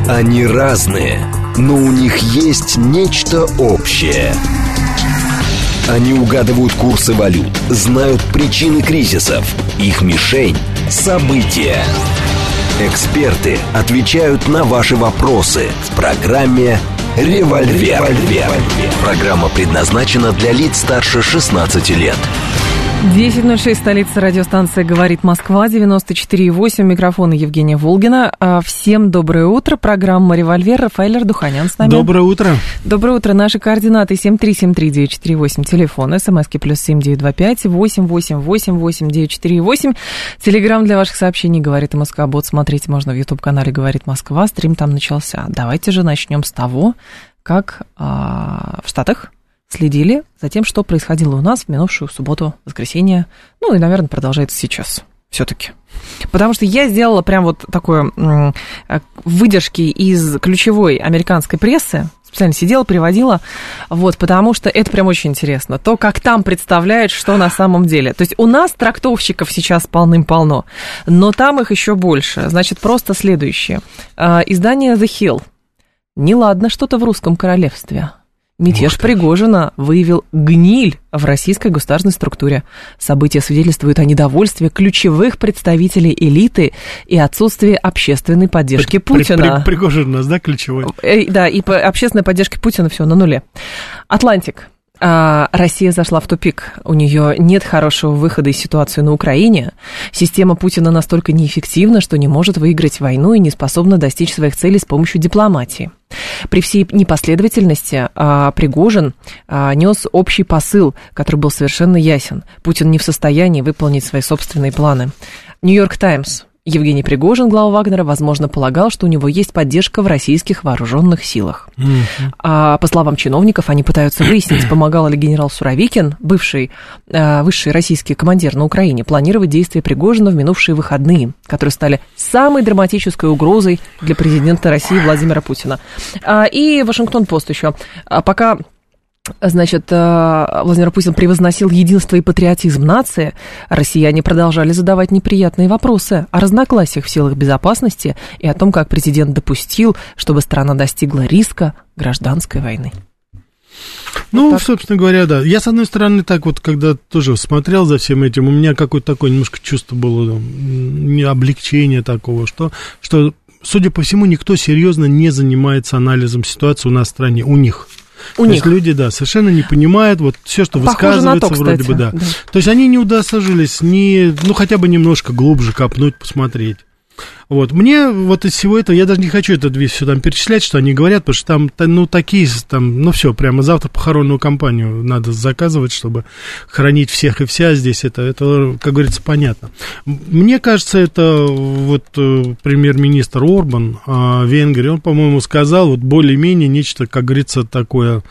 Они разные, но у них есть нечто общее. Они угадывают курсы валют, знают причины кризисов. Их мишень – события. Эксперты отвечают на ваши вопросы в программе «Револьвер». Программа предназначена для лиц старше 16 лет. 10:06, столица, радиостанция «Говорит Москва», 94,8, микрофон Евгения Волгина. Всем доброе утро, программа «Револьвер», Рафаэль Ардуханян с нами. Доброе утро. Доброе утро, наши координаты 7373948, телефон, смски +7 925 888 8948, телеграм для ваших сообщений «Говорит Москва-бот», смотрите можно в YouTube-канале «Говорит Москва», стрим там начался. Давайте же начнем с того, как в Штатах следили за тем, что происходило у нас в минувшую субботу, воскресенье, ну и, наверное, продолжается сейчас все-таки. Потому что я сделала прям вот такое выдержки из ключевой американской прессы, специально сидела, приводила, вот, потому что это прям очень интересно, то, как там представляют, что на самом деле. То есть у нас трактовщиков сейчас полным-полно, но там их еще больше. Значит, просто следующее. Издание The Hill. Неладно что-то в русском королевстве. Мятеж Пригожина выявил гниль в российской государственной структуре. События свидетельствуют о недовольстве ключевых представителей элиты и отсутствии общественной поддержки Путина. Пригожин у нас, да, ключевой? Да, и по общественной поддержке Путина все на нуле. Атлантик. Россия зашла в тупик. У нее нет хорошего выхода из ситуации на Украине. Система Путина настолько неэффективна, что не может выиграть войну и не способна достичь своих целей с помощью дипломатии. При всей непоследовательности Пригожин нес общий посыл, который был совершенно ясен. Путин не в состоянии выполнить свои собственные планы. Нью-Йорк Таймс. Евгений Пригожин, глава Вагнера, возможно, полагал, что у него есть поддержка в российских вооруженных силах. По словам чиновников, они пытаются выяснить, помогал ли генерал Суровикин, бывший высший российский командир на Украине, планировать действия Пригожина в минувшие выходные, которые стали самой драматической угрозой для президента России Владимира Путина. И Вашингтон-Пост еще. Пока... Значит, Владимир Путин превозносил единство и патриотизм нации, россияне продолжали задавать неприятные вопросы о разногласиях в силах безопасности и о том, как президент допустил, чтобы страна достигла риска гражданской войны. Ну, вот собственно говоря, да. Я, с одной стороны, так вот, когда тоже смотрел за всем этим, у меня какое-то такое немножко чувство было, облегчение такого, что, судя по всему, никто серьезно не занимается анализом ситуации у нас в стране, у них. То есть люди, да, совершенно не понимают, вот все, что высказывается, то, вроде бы, да. То есть они не удосужились хотя бы немножко глубже копнуть, посмотреть. Вот, мне вот из всего этого, я даже не хочу это все там перечислять, что они говорят, потому что там, такие, все, прямо завтра похоронную кампанию надо заказывать, чтобы хоронить всех и вся здесь, это, как говорится, понятно. Мне кажется, это вот премьер-министр Орбан Венгрии, он, по-моему, сказал вот более-менее нечто, как говорится, такое...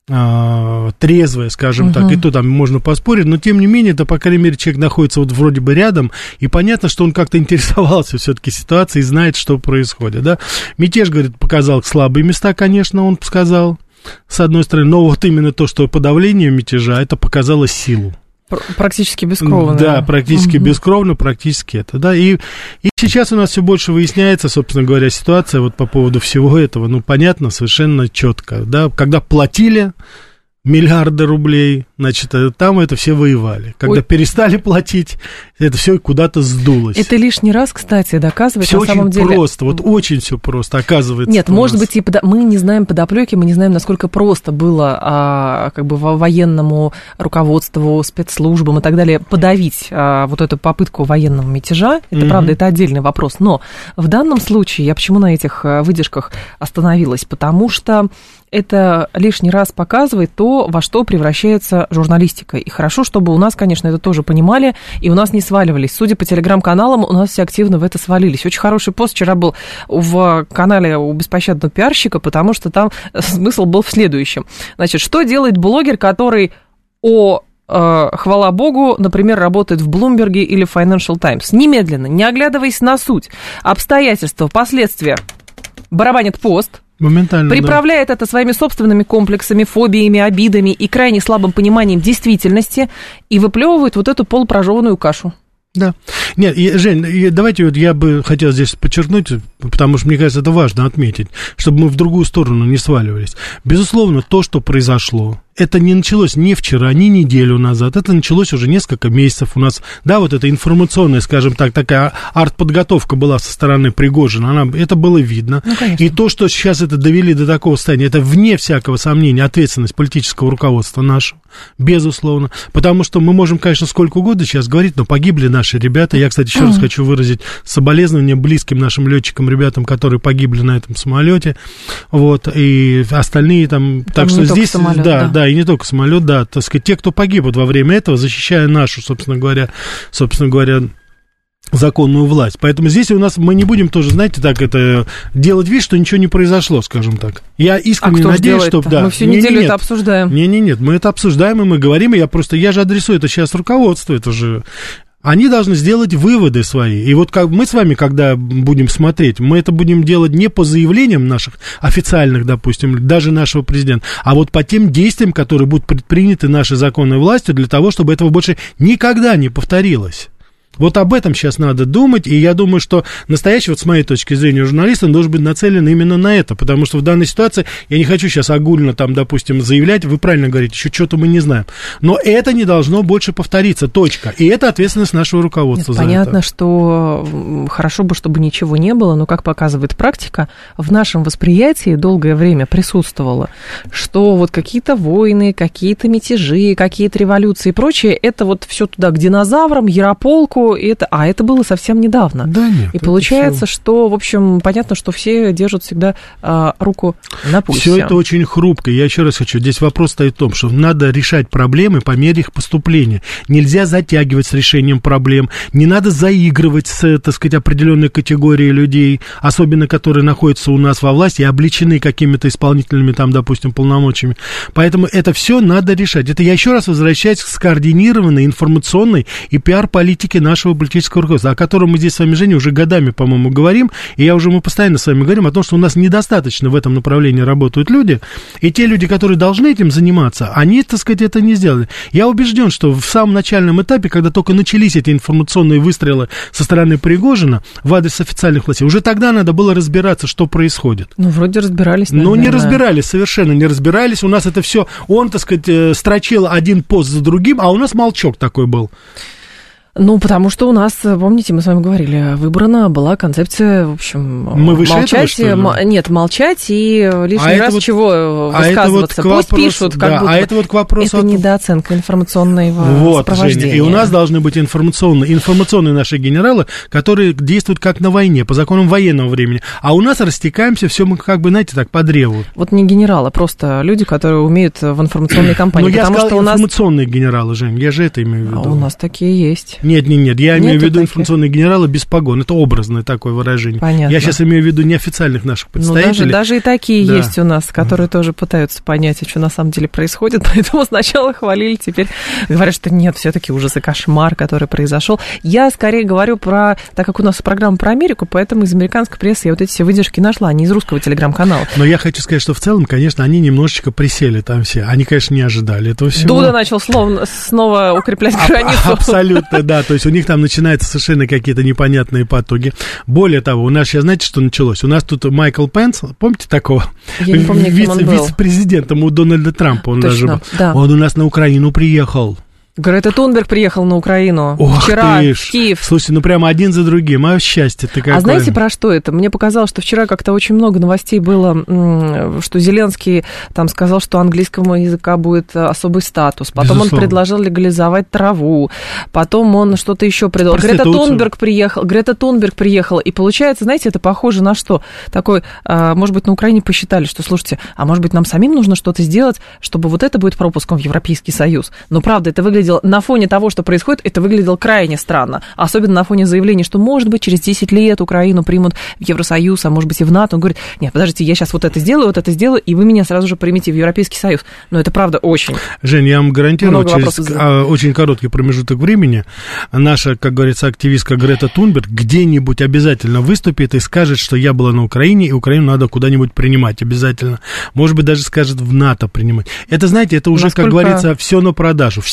трезвое, скажем так, и то там можно поспорить, но тем не менее, это, по крайней мере, человек находится вот вроде бы рядом, и понятно, что он как-то интересовался все-таки ситуацией и знает, что происходит, да. Мятеж, говорит, показал слабые места, конечно, он сказал, с одной стороны, но вот именно то, что подавление мятежа, это показало силу. Практически бескровно. Да, практически бескровно, практически это, да, и сейчас у нас все больше выясняется, собственно говоря, ситуация вот по поводу всего этого, понятно, совершенно четко, да, когда платили миллиарды рублей, значит, там это все воевали. Когда перестали платить, это все куда-то сдулось. Это лишний раз, кстати, доказывает, все на самом деле... Все очень просто, вот очень все просто, оказывается. Нет, может быть, мы не знаем подоплеки, мы не знаем, насколько просто было как бы военному руководству, спецслужбам и так далее подавить вот эту попытку военного мятежа. Это, правда, это отдельный вопрос. Но в данном случае, я почему на этих выдержках остановилась? Потому что это лишний раз показывает то, во что превращается журналистика. И хорошо, чтобы у нас, конечно, это тоже понимали, и у нас не сваливались. Судя по телеграм-каналам, у нас все активно в это свалились. Очень хороший пост вчера был в канале у беспощадного пиарщика, потому что там смысл был в следующем. Значит, что делает блогер, который хвала богу, например, работает в Bloomberg или Financial Times? Немедленно, не оглядываясь на суть, обстоятельства, последствия, барабанит пост, моментально, приправляет это своими собственными комплексами, фобиями, обидами и крайне слабым пониманием действительности и выплевывает вот эту полупрожеванную кашу. Да. Нет, Жень, давайте вот я бы хотел здесь подчеркнуть, потому что, мне кажется, это важно отметить, чтобы мы в другую сторону не сваливались. Безусловно, то, что произошло, это не началось ни вчера, ни неделю назад, это началось уже несколько месяцев у нас. Да, вот эта информационная, скажем так, такая артподготовка была со стороны Пригожина, это было видно. Ну, и то, что сейчас это довели до такого состояния, это вне всякого сомнения ответственность политического руководства нашего, безусловно. Потому что мы можем, конечно, сколько угодно сейчас говорить, но погибли наши ребята. Я, кстати, еще раз хочу выразить соболезнования близким нашим летчикам, ребятам, которые погибли на этом самолете. Вот, и остальные там так что здесь, самолет, да, и не только самолет, да, так сказать, те, кто погиб во время этого, защищая нашу, собственно говоря, законную власть. Поэтому здесь у нас мы не будем тоже, знаете, так это делать вид, что ничего не произошло, скажем так. Я искренне надеюсь, что да. Мы всю неделю это обсуждаем. Нет, мы это обсуждаем, и мы говорим, и я же адресую это сейчас руководству, это же... Они должны сделать выводы свои. И вот как мы с вами, когда будем смотреть, мы это будем делать не по заявлениям наших официальных, допустим, даже нашего президента, а вот по тем действиям, которые будут предприняты нашей законной властью для того, чтобы этого больше никогда не повторилось. Вот об этом сейчас надо думать, и я думаю, что настоящий, вот с моей точки зрения, журналист, он должен быть нацелен именно на это, потому что в данной ситуации, я не хочу сейчас огульно там, допустим, заявлять, вы правильно говорите, еще что-то мы не знаем, но это не должно больше повториться, точка, и это ответственность нашего руководства. Нет, понятно, что хорошо бы, чтобы ничего не было, но, как показывает практика, в нашем восприятии долгое время присутствовало, что вот какие-то войны, какие-то мятежи, какие-то революции и прочее, это вот все туда к динозаврам, Ярополку, это было совсем недавно. Да, нет, и получается, что, в общем, понятно, что все держат всегда руку на пульсе. Все это очень хрупко. Я еще раз хочу, здесь вопрос стоит в том, что надо решать проблемы по мере их поступления. Нельзя затягивать с решением проблем, не надо заигрывать с, так сказать, определенной категорией людей, особенно которые находятся у нас во власти и обличены какими-то исполнительными, там, допустим, полномочиями. Поэтому это все надо решать. Это я еще раз возвращаюсь к скоординированной информационной и пиар-политике нашего политического руководства, о котором мы здесь с вами, Женя, уже годами, по-моему, говорим, и мы постоянно с вами говорим о том, что у нас недостаточно в этом направлении работают люди, и те люди, которые должны этим заниматься, они, так сказать, это не сделали. Я убежден, что в самом начальном этапе, когда только начались эти информационные выстрелы со стороны Пригожина в адрес официальных властей, уже тогда надо было разбираться, что происходит. Ну, вроде разбирались, наверное. Ну, не разбирались, совершенно не разбирались, у нас это все, он, так сказать, строчил один пост за другим, а у нас молчок такой был. Ну, потому что у нас, помните, мы с вами говорили, выбрана была концепция, в общем, мы молчать, нет, молчать и лишний раз вот, чего высказываться. Вот пусть пишут, как да, будто это вот к вопросу это недооценка информационного сопровождения. Женя, и у нас должны быть информационные наши генералы, которые действуют как на войне, по законам военного времени, а у нас растекаемся, все мы как бы, знаете, так, по древу. Вот не генералы, просто люди, которые умеют в информационной кампании. Ну, я сказал, что информационные генералы, Жень, я же это имею в виду. А у нас такие есть. Нет, я имею в виду информационные генералы без погон. Это образное такое выражение. Понятно. Я сейчас имею в виду неофициальных наших представителей. Ну, даже и такие есть у нас, которые тоже пытаются понять, что на самом деле происходит. Поэтому сначала хвалили, теперь говорят, что нет, все-таки ужас и кошмар, который произошел. Я скорее говорю про, так как у нас программа про Америку, поэтому из американской прессы я вот эти все выдержки нашла, а не из русского телеграм-канала. Но я хочу сказать, что в целом, конечно, они немножечко присели там все. Они, конечно, не ожидали этого всего. Дуда начал снова укреплять границу. Абсолютно, да. То есть у них там начинаются совершенно какие-то непонятные потуги. Более того, у нас сейчас, знаете, что началось? У нас тут Майкл Пенс, помните такого? Я не помню, кем он был. Вице-президентом у Дональда Трампа он даже был. Да. Он у нас на Украину приехал. Грета Тунберг приехала на Украину вчера в Киев. Слушайте, прямо один за другим. Мое счастье-то какое. А знаете, про что это? Мне показалось, что вчера как-то очень много новостей было, что Зеленский там сказал, что английскому языка будет особый статус. Потом безусловно. Он предложил легализовать траву. Потом он что-то еще предложил. Грета Тунберг приехала. И получается, знаете, это похоже на что? Такой, может быть, на Украине посчитали, что, слушайте, а может быть, нам самим нужно что-то сделать, чтобы вот это будет пропуском в Европейский Союз. Но правда, это выглядит на фоне того, что происходит, это выглядело крайне странно. Особенно на фоне заявления, что, может быть, через 10 лет Украину примут в Евросоюз, а может быть и в НАТО. Он говорит, нет, подождите, я сейчас вот это сделаю, и вы меня сразу же примите в Европейский Союз. Но это правда очень... Жень, я вам гарантирую, через очень короткий промежуток времени наша, как говорится, активистка Грета Тунберг где-нибудь обязательно выступит и скажет, что я была на Украине, и Украину надо куда-нибудь принимать обязательно. Может быть, даже скажет в НАТО принимать. Это, знаете, это уже, как говорится, все на продажу. Всех,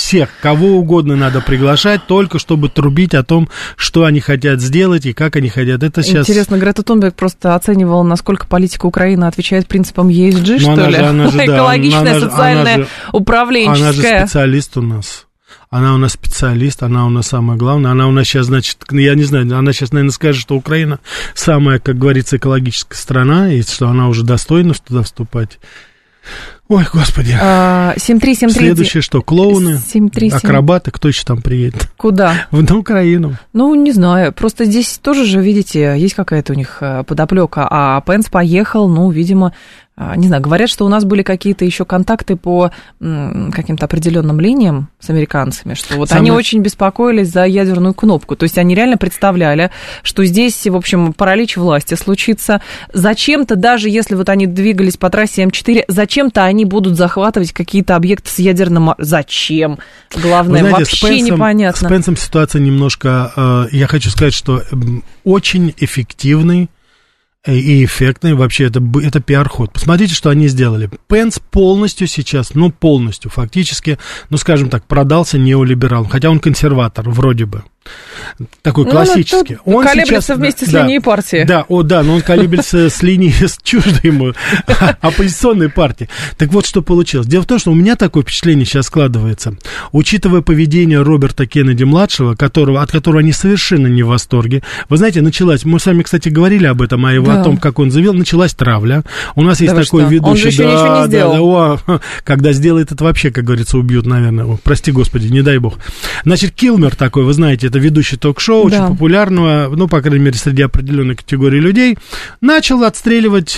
кого угодно надо приглашать, только чтобы трубить о том, что они хотят сделать и как они хотят. Это сейчас... Интересно, Грета Тунберг просто оценивала, насколько политика Украины отвечает принципам ESG, что ли? Экологичная, социальная, управленческая. Она же специалист у нас. Она у нас специалист, она у нас самое главное. Она у нас сейчас, значит, я не знаю, она сейчас, наверное, скажет, что Украина самая, как говорится, экологическая страна, и что она уже достойна туда вступать. Ой, господи. 73739. Следующее что? Клоуны, акробаты, кто еще там приедет? Куда? На Украину. Ну, не знаю, просто здесь тоже же, видите, есть какая-то у них подоплека, а Пенс поехал, ну, видимо... Не знаю, говорят, что у нас были какие-то еще контакты по каким-то определенным линиям с американцами, что вот они очень беспокоились за ядерную кнопку. То есть они реально представляли, что здесь, в общем, паралич власти случится. Зачем-то, даже если вот они двигались по трассе М4, зачем-то они будут захватывать какие-то объекты с ядерным... Зачем? Главное, знаете, вообще непонятно. С Пенсом ситуация немножко... Я хочу сказать, что очень эффективный и эффектный вообще, это пиар-ход. Посмотрите, что они сделали. Пенс полностью сейчас, полностью фактически, скажем так, продался неолибералом, хотя он консерватор, вроде бы. Такой классический. Он колеблется сейчас, вместе с линией партии. Да, но он колеблется с линией чуждой ему оппозиционной партии. Так вот, что получилось. Дело в том, что у меня такое впечатление сейчас складывается. Учитывая поведение Роберта Кеннеди-младшего, от которого они совершенно не в восторге. Вы знаете, мы с вами, кстати, говорили об этом, о том, как он заявил, началась травля. У нас есть такой ведущий. Он же еще ничего не сделал. Когда сделает это вообще, как говорится, убьют, наверное. Прости, Господи, не дай бог. Значит, Килмер такой, вы знаете, это ведущий ток-шоу, очень популярного, по крайней мере, среди определенной категории людей, начал отстреливать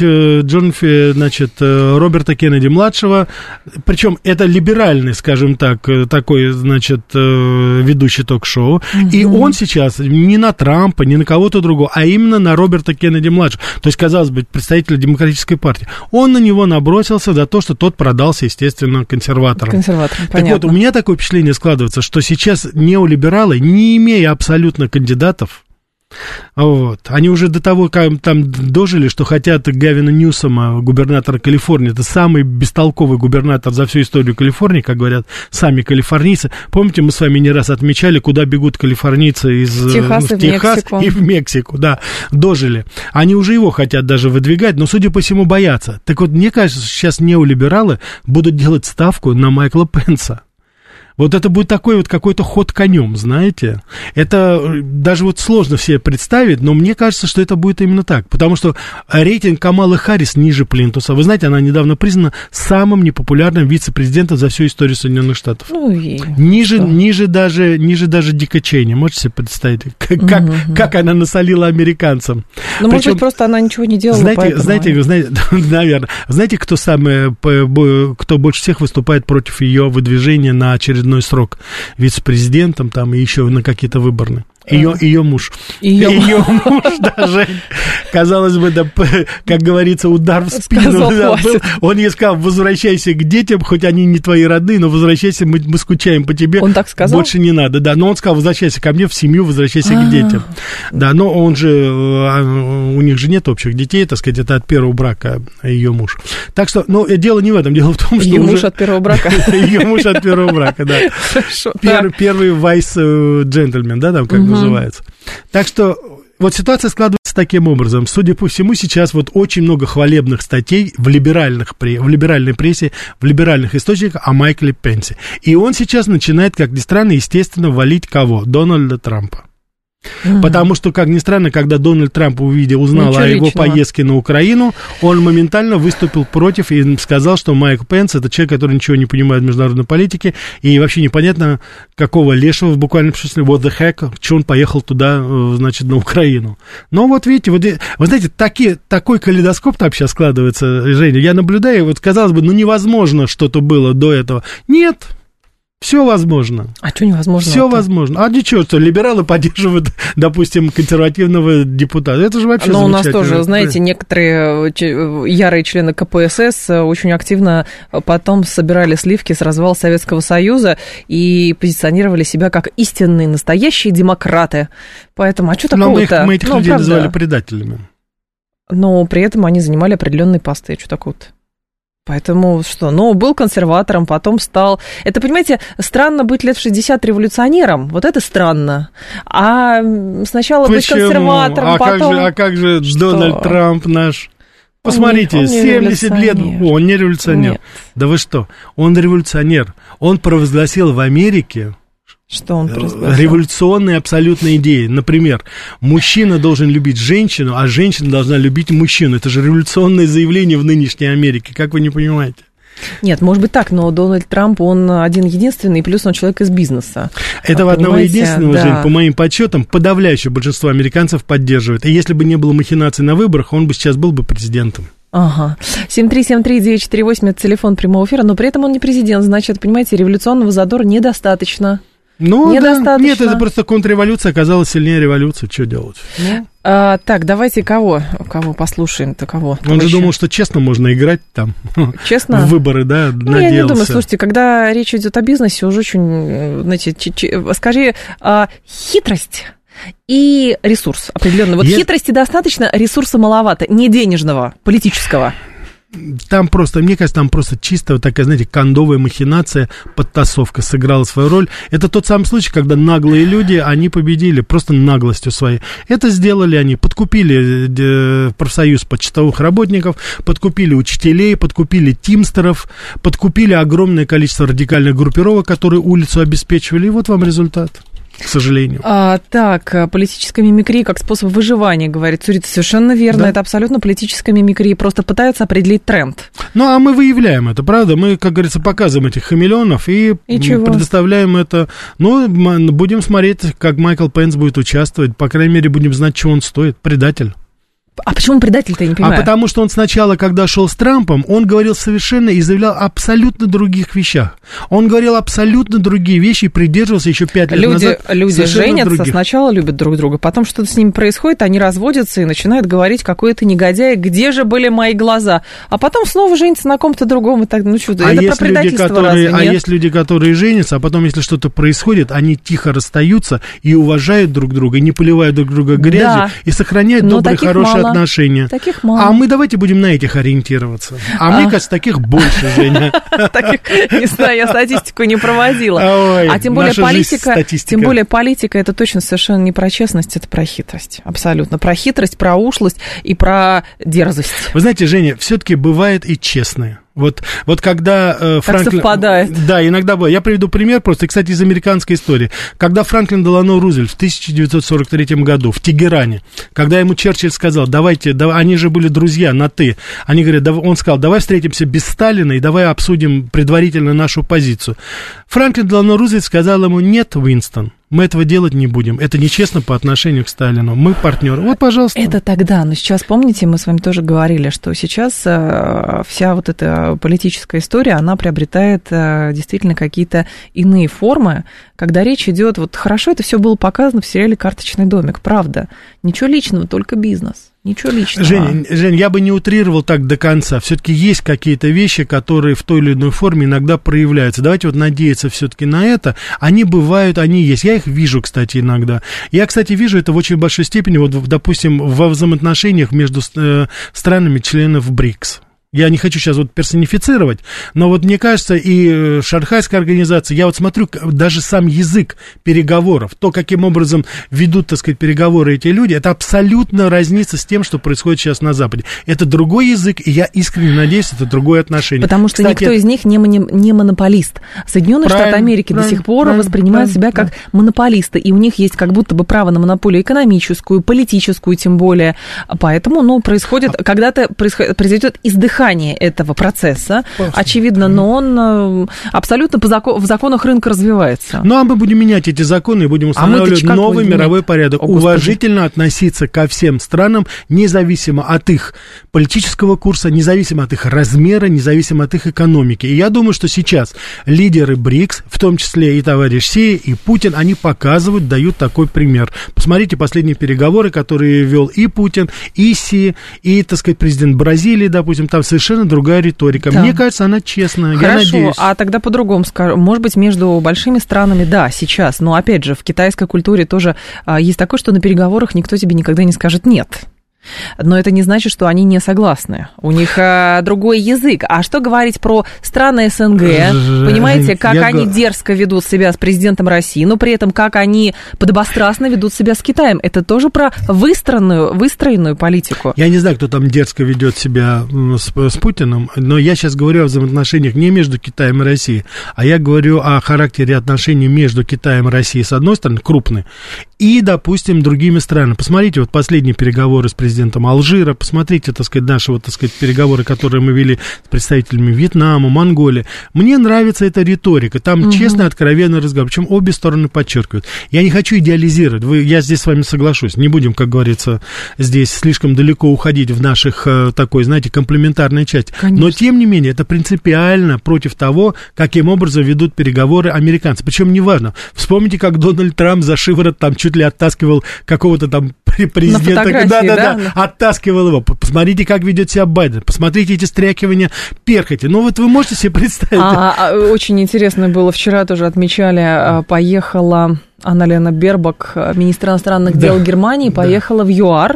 Роберта Кеннеди-младшего, причем это либеральный, скажем так, такой, ведущий ток-шоу, и он сейчас не на Трампа, не на кого-то другого, а именно на Роберта Кеннеди-младшего, то есть, казалось бы, представителя Демократической партии. Он на него набросился за то, что тот продался, естественно, консерваторам. Так вот, у меня такое впечатление складывается, что сейчас неолибералы, не имея абсолютно кандидатов, они уже до того, как там дожили, что хотят Гавина Ньюсома, губернатора Калифорнии. Это самый бестолковый губернатор за всю историю Калифорнии, как говорят сами калифорнийцы. Помните, мы с вами не раз отмечали, куда бегут калифорнийцы из Техас и в Мексику. Да, дожили. Они уже его хотят даже выдвигать, но, судя по всему, боятся. Так вот, мне кажется, сейчас неолибералы будут делать ставку на Майкла Пенса. Вот это будет такой вот какой-то ход конем, знаете. Это даже вот сложно себе представить, но мне кажется, что это будет именно так. Потому что рейтинг Камалы Харрис ниже плинтуса. Вы знаете, она недавно признана самым непопулярным вице-президентом за всю историю Соединенных Штатов. Ниже даже Дика Чейни. Можете себе представить, как она насолила американцам. Ну, может быть, просто она ничего не делала, знаете, наверное. Знаете, кто больше всех выступает против ее выдвижения на очередной срок вице-президентом там и еще на какие-то выборные? Ее муж. Ее муж даже, казалось бы, да, как говорится, удар в спину. Он ей сказал: возвращайся к детям, хоть они не твои родные, но возвращайся, мы скучаем по тебе. Он так сказал? Больше не надо, да. Но он сказал: возвращайся ко мне в семью, возвращайся к детям. Да, но он же, у них же нет общих детей, так сказать, это от первого брака ее муж. Так что, дело не в этом, дело в том, что ее муж от первого брака. Ее муж от первого брака, да. Первый вайс-джентльмен, да, там как называется. Так что вот ситуация складывается таким образом. Судя по всему, сейчас вот очень много хвалебных статей в либеральной прессе, в либеральных источниках о Майкле Пенсе. И он сейчас начинает, как ни странно, естественно, валить кого? Дональда Трампа. Потому что, как ни странно, когда Дональд Трамп узнал о его поездке на Украину, он моментально выступил против и сказал, что Майк Пенс — это человек, который ничего не понимает в международной политике, и вообще непонятно, какого лешего в буквальном смысле, what the heck, что он поехал туда, на Украину. Но вот видите, вы знаете, такой калейдоскоп там сейчас складывается, Женя, я наблюдаю, вот казалось бы, невозможно что-то было до этого. Нет. Все возможно. А что невозможно? Все возможно. А ничего, что либералы поддерживают, допустим, консервативного депутата. Это же вообще замечательно. Но у нас тоже, знаете, некоторые ярые члены КПСС очень активно потом собирали сливки с развала Советского Союза и позиционировали себя как истинные, настоящие демократы. Поэтому, а что такого-то? Мы этих людей называли предателями. Но при этом они занимали определенные посты. Что такого-то? Поэтому что? Ну, был консерватором, потом стал... Это, понимаете, странно быть лет в 60 революционером. Вот это странно. А сначала быть консерватором, потом... Как же Дональд Трамп наш... Посмотрите, 70 лет... Он не революционер. Нет. Да вы что? Он революционер. Он провозгласил в Америке... Что он провозгласил? Революционные абсолютно идеи. Например, мужчина должен любить женщину, а женщина должна любить мужчину. Это же революционное заявление в нынешней Америке. Как вы не понимаете? Нет, может быть так, но Дональд Трамп, он один-единственный, плюс он человек из бизнеса. Этого одного единственного, да. Жень, по моим подсчетам, подавляющее большинство американцев поддерживает. И если бы не было махинаций на выборах, он бы сейчас был бы президентом. Ага. 7373948 это телефон прямого эфира, но при этом он не президент, значит, понимаете, революционного задора недостаточно. Ну, недостаточно. Да. Нет, это просто контрреволюция оказалась сильнее революции. Что делать? Ну. Так, давайте кого послушаем-то, кого? Он же думал, что честно можно играть там. Честно? В выборы, да, надеялся. Я не думаю, слушайте, когда речь идет о бизнесе, уже очень, знаете, скажи, хитрость и ресурс определенный. Вот хитрости достаточно, ресурса маловато, не денежного, политического. Там просто, мне кажется, там просто чисто вот такая, знаете, кондовая махинация, подтасовка сыграла свою роль. Это тот самый случай, когда наглые люди, они победили просто наглостью своей. Это сделали они, подкупили профсоюз почтовых работников, подкупили учителей, подкупили тимстеров, подкупили огромное количество радикальных группировок, которые улицу обеспечивали, и вот вам результат. К сожалению. Так, политическая мимикрия как способ выживания, говорит Цурица. Совершенно верно, да. Это абсолютно политическая мимикрия. Просто пытаются определить тренд. Ну, а мы выявляем это, правда? Мы, как говорится, показываем этих хамелеонов и предоставляем это. Ну, будем смотреть, как Майкл Пенс будет участвовать. По крайней мере, будем знать, чего он стоит. Предатель. А почему он предатель-то, я не понимаю? А потому что он сначала, когда шел с Трампом, он говорил совершенно и заявлял абсолютно других вещах. Он говорил абсолютно другие вещи и придерживался еще 5 лет назад. Люди женятся, сначала любят друг друга, потом что-то с ними происходит, они разводятся и начинают говорить, какой ты негодяй, где же были мои глаза? А потом снова женятся на ком-то другом и так, ну что, это про предательство разве нет? А есть люди, которые женятся, а потом, если что-то происходит, они тихо расстаются и уважают друг друга, не поливают друг друга грязью, и сохраняют добрые, хорошие отношения. Таких мало. А мы давайте будем на этих ориентироваться. Мне кажется, таких больше, Женя. Таких, не знаю, я статистику не проводила. А тем более политика, это точно совершенно не про честность, это про хитрость. Абсолютно. Про хитрость, про ушлость и про дерзость. Вы знаете, Женя, все-таки бывает и честное. Вот когда Франклин... совпадает. Да, иногда бывает. Я приведу пример просто, кстати, из американской истории. Когда Франклин Делано Рузвельт в 1943 году в Тегеране, когда ему Черчилль сказал, давайте, они же были друзья на «ты», они говорят, он сказал, давай встретимся без Сталина и давай обсудим предварительно нашу позицию. Франклин Делано Рузвельт сказал ему, нет, Уинстон, мы этого делать не будем. Это нечестно по отношению к Сталину. Мы партнеры. Вот, пожалуйста. Это тогда. Но сейчас, помните, мы с вами тоже говорили, что сейчас вся вот эта политическая история, она приобретает действительно какие-то иные формы, когда речь идет, вот хорошо это все было показано в сериале «Карточный домик», правда. Ничего личного, только бизнес. Ничего личного. Жень, я бы не утрировал так до конца. Все-таки есть какие-то вещи, которые в той или иной форме иногда проявляются. Давайте вот надеяться все-таки на это. Они бывают, они есть. Я их вижу, кстати, иногда. Я, кстати, вижу это в очень большой степени, вот, допустим, во взаимоотношениях между странами-членов БРИКС. Я не хочу сейчас вот персонифицировать, но вот мне кажется, и Шанхайская организация, я вот смотрю, даже сам язык переговоров, то, каким образом ведут, так сказать, переговоры эти люди, это абсолютно разнится с тем, что происходит сейчас на Западе. Это другой язык, и я искренне надеюсь, это другое отношение. Потому что, кстати, никто из них не монополист. Соединенные Штаты Америки до сих пор воспринимают себя как монополисты, и у них есть как будто бы право на монополию экономическую, политическую тем более. Поэтому, ну, происходит, когда-то произойдет издыхание этого процесса, очевидно, но он абсолютно в законах рынка развивается. Ну, а мы будем менять эти законы и будем устанавливать новый мировой порядок. Уважительно относиться ко всем странам, независимо от их политического курса, независимо от их размера, независимо от их экономики. И я думаю, что сейчас лидеры БРИКС, в том числе и товарищ Си, и Путин, они показывают, дают такой пример. Посмотрите последние переговоры, которые вел и Путин, и Си, и, так сказать, президент Бразилии, допустим, там совершенно другая риторика. Да. Мне кажется, она честная. Хорошо, я надеюсь. А тогда по-другому скажу. Может быть, между большими странами, да, сейчас. Но, опять же, в китайской культуре тоже есть такое, что на переговорах никто тебе никогда не скажет «нет». Но это не значит, что они не согласны. У них другой язык. А что говорить про страны СНГ? Понимаете, как они дерзко ведут себя с президентом России, но при этом как они подобострастно ведут себя с Китаем. Это тоже про выстроенную политику. Я не знаю, кто там дерзко ведет себя с Путиным, но я сейчас говорю о взаимоотношениях не между Китаем и Россией, а я говорю о характере отношений между Китаем и Россией, с одной стороны, крупные, и, допустим, другими странами. Посмотрите, вот последние переговоры с президентом Алжира, посмотрите, так сказать, наши, вот, так сказать, переговоры, которые мы вели с представителями Вьетнама, Монголии. Мне нравится эта риторика, там честный, откровенный разговор, причем обе стороны подчеркивают. Я не хочу идеализировать, я здесь с вами соглашусь, не будем, как говорится, здесь слишком далеко уходить в наших, такой, знаете, комплементарной части. Конечно. Но, тем не менее, это принципиально против того, каким образом ведут переговоры американцы. Причем неважно, вспомните, как Дональд Трамп за шиворот там чуть ли оттаскивал какого-то там президента. Да, оттаскивал его. Посмотрите, как ведет себя Байден. Посмотрите эти стряхивания перхоти. Ну, вот вы можете себе представить. Очень интересно было. Вчера тоже отмечали, поехала Анна-Лена Бербак, министр иностранных дел Германии, поехала в ЮАР.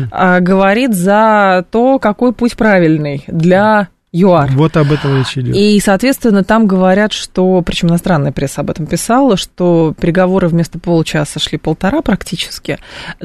Говорит за то, какой путь правильный для ЮАР. Вот об этом речь идет. И, соответственно, там говорят, что, причем иностранная пресса об этом писала, что переговоры вместо получаса шли 1,5 практически,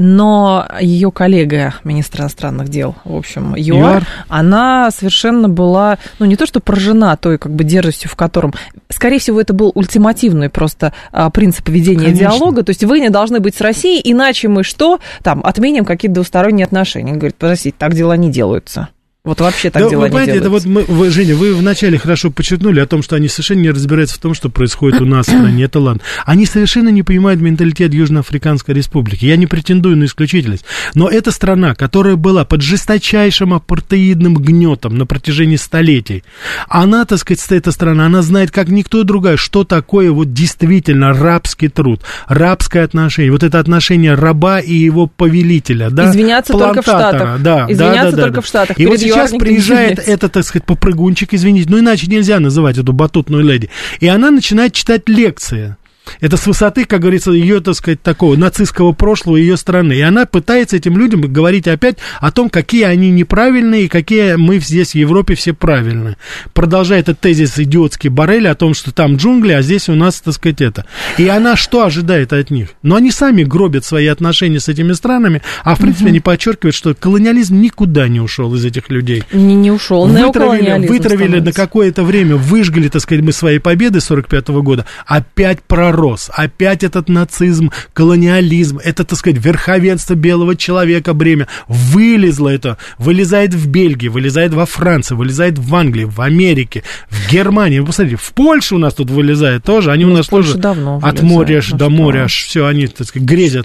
но ее коллега, министр иностранных дел, в общем, ЮАР, она совершенно была, ну, не то что поражена той, как бы, дерзостью, в котором, скорее всего, это был ультимативный просто принцип ведения диалога, то есть вы не должны быть с Россией, иначе мы что, там, отменим какие-то двусторонние отношения. Он говорит, подождите, так дела не делаются. Вот вообще так дела не делаются. Это вот Женя, вы вначале хорошо подчеркнули о том, что они совершенно не разбираются в том, что происходит у нас в стране. Это ладно. Они совершенно не понимают менталитет Южноафриканской Республики. Я не претендую на исключительность. Но это страна, которая была под жесточайшим апартеидным гнетом на протяжении столетий. Она, так сказать, эта страна, она знает, как никто другая, что такое вот действительно рабский труд, рабское отношение. Вот это отношение раба и его повелителя, да? Извиняться только в Штатах. Да, извиняться только в Штатах. И вот сейчас приезжает этот, так сказать, попрыгунчик, извините, но иначе нельзя называть эту батутную леди. И она начинает читать лекции. Это с высоты, как говорится, ее, так сказать, такого нацистского прошлого ее страны. И она пытается этим людям говорить опять о том, какие они неправильные и какие мы здесь в Европе все правильные. Продолжает этот тезис идиотский Боррель о том, что там джунгли, а здесь у нас, так сказать, это. И она что ожидает от них? Но они сами гробят свои отношения с этими странами, а в принципе они подчеркивают, что колониализм никуда не ушел из этих людей. Не ушел. Вытравили на какое-то время, выжгли, так сказать, мы свои победы 1945 года, опять пророс. Опять этот нацизм, колониализм, это, так сказать, верховенство белого человека, бремя. Вылезло это, вылезает в Бельгии, вылезает во Франции, вылезает в Англии, в Америке, в Германии. Вы посмотрите, в Польше у нас тут вылезает тоже. Они у нас тоже от моря до моря аж все, они, так сказать, грезят.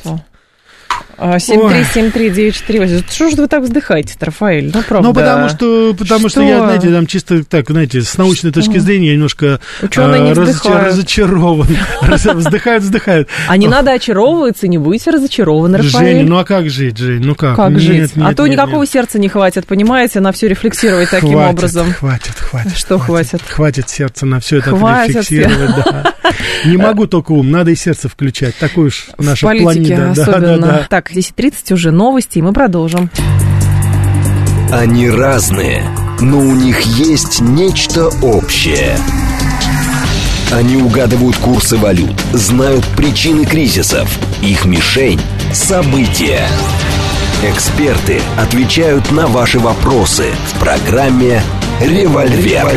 7373948. Что же вы так вздыхаете, Рафаэль? Ну, правда. Ну, потому что я, знаете, там чисто так, знаете, с научной точки зрения я немножко разочарован. Вздыхают. А не надо очаровываться, не будете разочарованы, Рафаэль. Женя, ну а как жить, Жень? Ну как? Как жить? А то никакого сердца не хватит, понимаете, на все рефлексировать таким образом. Хватит. Что хватит? Хватит сердца на все это рефлексировать, да. Не могу только ум, надо и сердце включать. Такой уж наша планета. В политике особенно. Так, 10:30 уже новости, и мы продолжим. Они разные, но у них есть нечто общее. Они угадывают курсы валют, знают причины кризисов. Их мишень – события. Эксперты отвечают на ваши вопросы в программе «Револьвер».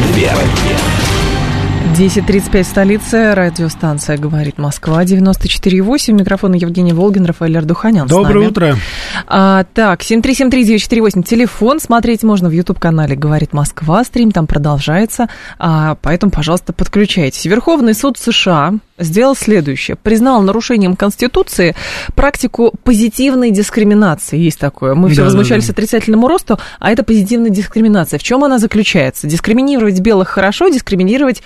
10:35 в столице, радиостанция «Говорит Москва», 94,8, микрофон Евгений Волгин, Рафаэль Ардуханян. Доброе утро. Так, 7373948, телефон, смотреть можно в YouTube-канале «Говорит Москва», стрим там продолжается, поэтому, пожалуйста, подключайтесь. Верховный суд США сделал следующее. Признал нарушением Конституции практику позитивной дискриминации. Есть такое. Мы все возмущались отрицательному росту, а это позитивная дискриминация. В чем она заключается? Дискриминировать белых хорошо, дискриминировать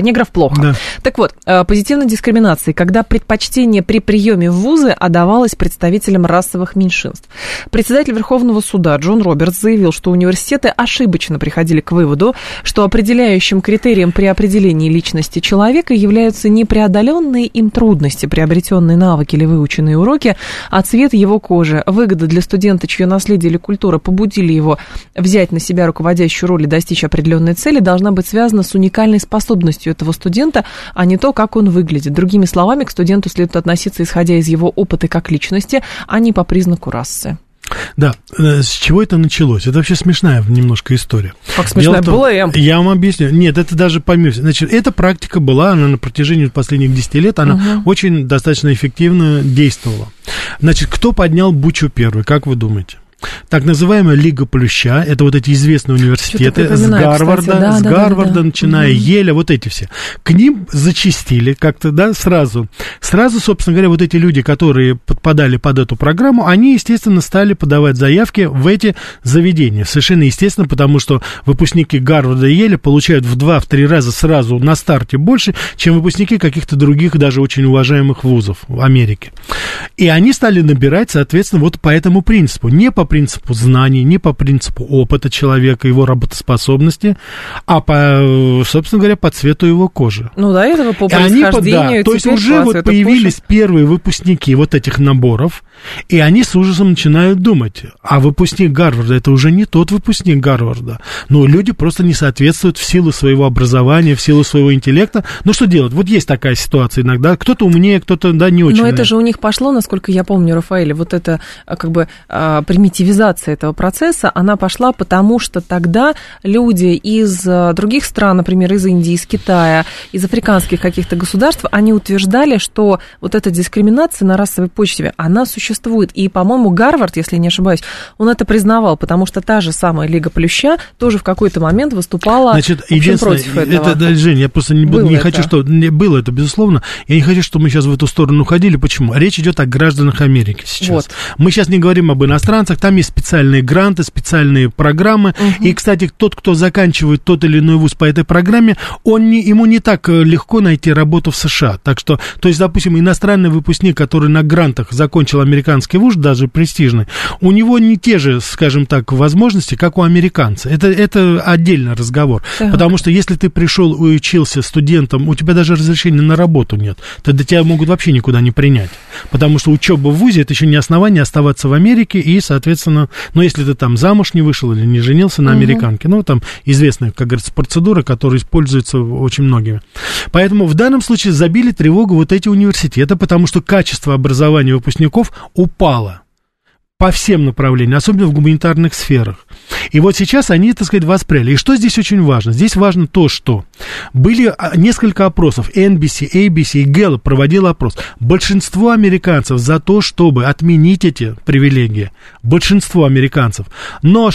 негров плохо. Да. Так вот, позитивной дискриминации, когда предпочтение при приеме в вузы отдавалось представителям расовых меньшинств. Председатель Верховного суда Джон Робертс заявил, что университеты ошибочно приходили к выводу, что определяющим критерием при определении личности человека являются не преодоленные им трудности, приобретенные навыки или выученные уроки, а цвет его кожи. Выгода для студента, чье наследие или культура побудили его взять на себя руководящую роль и достичь определенной цели, должна быть связана с уникальной способностью этого студента, а не то, как он выглядит. Другими словами, к студенту следует относиться, исходя из его опыта как личности, а не по признаку расы. Да, с чего это началось? Это вообще смешная немножко история. Как смешная была? Я вам объясню. Нет, это даже помимо... Значит, эта практика была, она на протяжении последних 10 лет, она очень достаточно эффективно действовала. Значит, кто поднял бучу первый, как вы думаете? Так называемая Лига Плюща, это вот эти известные университеты с Гарварда, начиная Еля, вот эти все. К ним зачастили как-то, да, сразу, собственно говоря, вот эти люди, которые подпадали под эту программу, они, естественно, стали подавать заявки в эти заведения. Совершенно естественно, потому что выпускники Гарварда и Еля получают в 2-3 раза сразу на старте больше, чем выпускники каких-то других, даже очень уважаемых вузов в Америке. И они стали набирать, соответственно, вот по этому принципу. Не по принципу знаний, не по принципу опыта человека, его работоспособности, а по, собственно говоря, по цвету его кожи. Ну, до этого по происхождению. То есть уже вот появились первые выпускники вот этих наборов, и они с ужасом начинают думать, а выпускник Гарварда, это уже не тот выпускник Гарварда. Ну, люди просто не соответствуют в силу своего образования, в силу своего интеллекта. Ну, что делать? Вот есть такая ситуация иногда. Кто-то умнее, кто-то, да, не очень. Но это же у них пошло, насколько я помню, Рафаэль, вот это как бы примитивизация этого процесса, она пошла потому, что тогда люди из других стран, например, из Индии, из Китая, из африканских каких-то государств, они утверждали, что вот эта дискриминация на расовой почве, она существует. И, по-моему, Гарвард, если не ошибаюсь, он это признавал, потому что та же самая Лига Плюща тоже в какой-то момент выступала, значит, против этого. Это, Жень, я просто не хочу, что... Было это, безусловно. Я не хочу, чтобы мы сейчас в эту сторону ходили. Почему? Речь идет о гражданах Америки сейчас. Вот. Мы сейчас не говорим об иностранцах, там есть специальные гранты, специальные программы. И, кстати, тот, кто заканчивает тот или иной вуз по этой программе, ему не так легко найти работу в США. Так что, то есть, допустим, иностранный выпускник, который на грантах закончил американский вуз, даже престижный, у него не те же, скажем так, возможности, как у американца. Это отдельный разговор. Так. Потому что если ты пришел и учился студентом, у тебя даже разрешения на работу нет, тогда тебя могут вообще никуда не принять. Потому что учеба в вузе — это еще не основание оставаться в Америке и, соответственно, ну, если ты там замуж не вышел или не женился на американке, ну, там известная, как говорится, процедура, которая используется очень многими. Поэтому в данном случае забили тревогу вот эти университеты, потому что качество образования выпускников упало по всем направлениям, особенно в гуманитарных сферах. И вот сейчас они, так сказать, воспряли. И что здесь очень важно? Здесь важно то, что были несколько опросов. NBC, ABC и Gallup проводил опрос. Большинство американцев за то, чтобы отменить эти привилегии. Большинство американцев. Но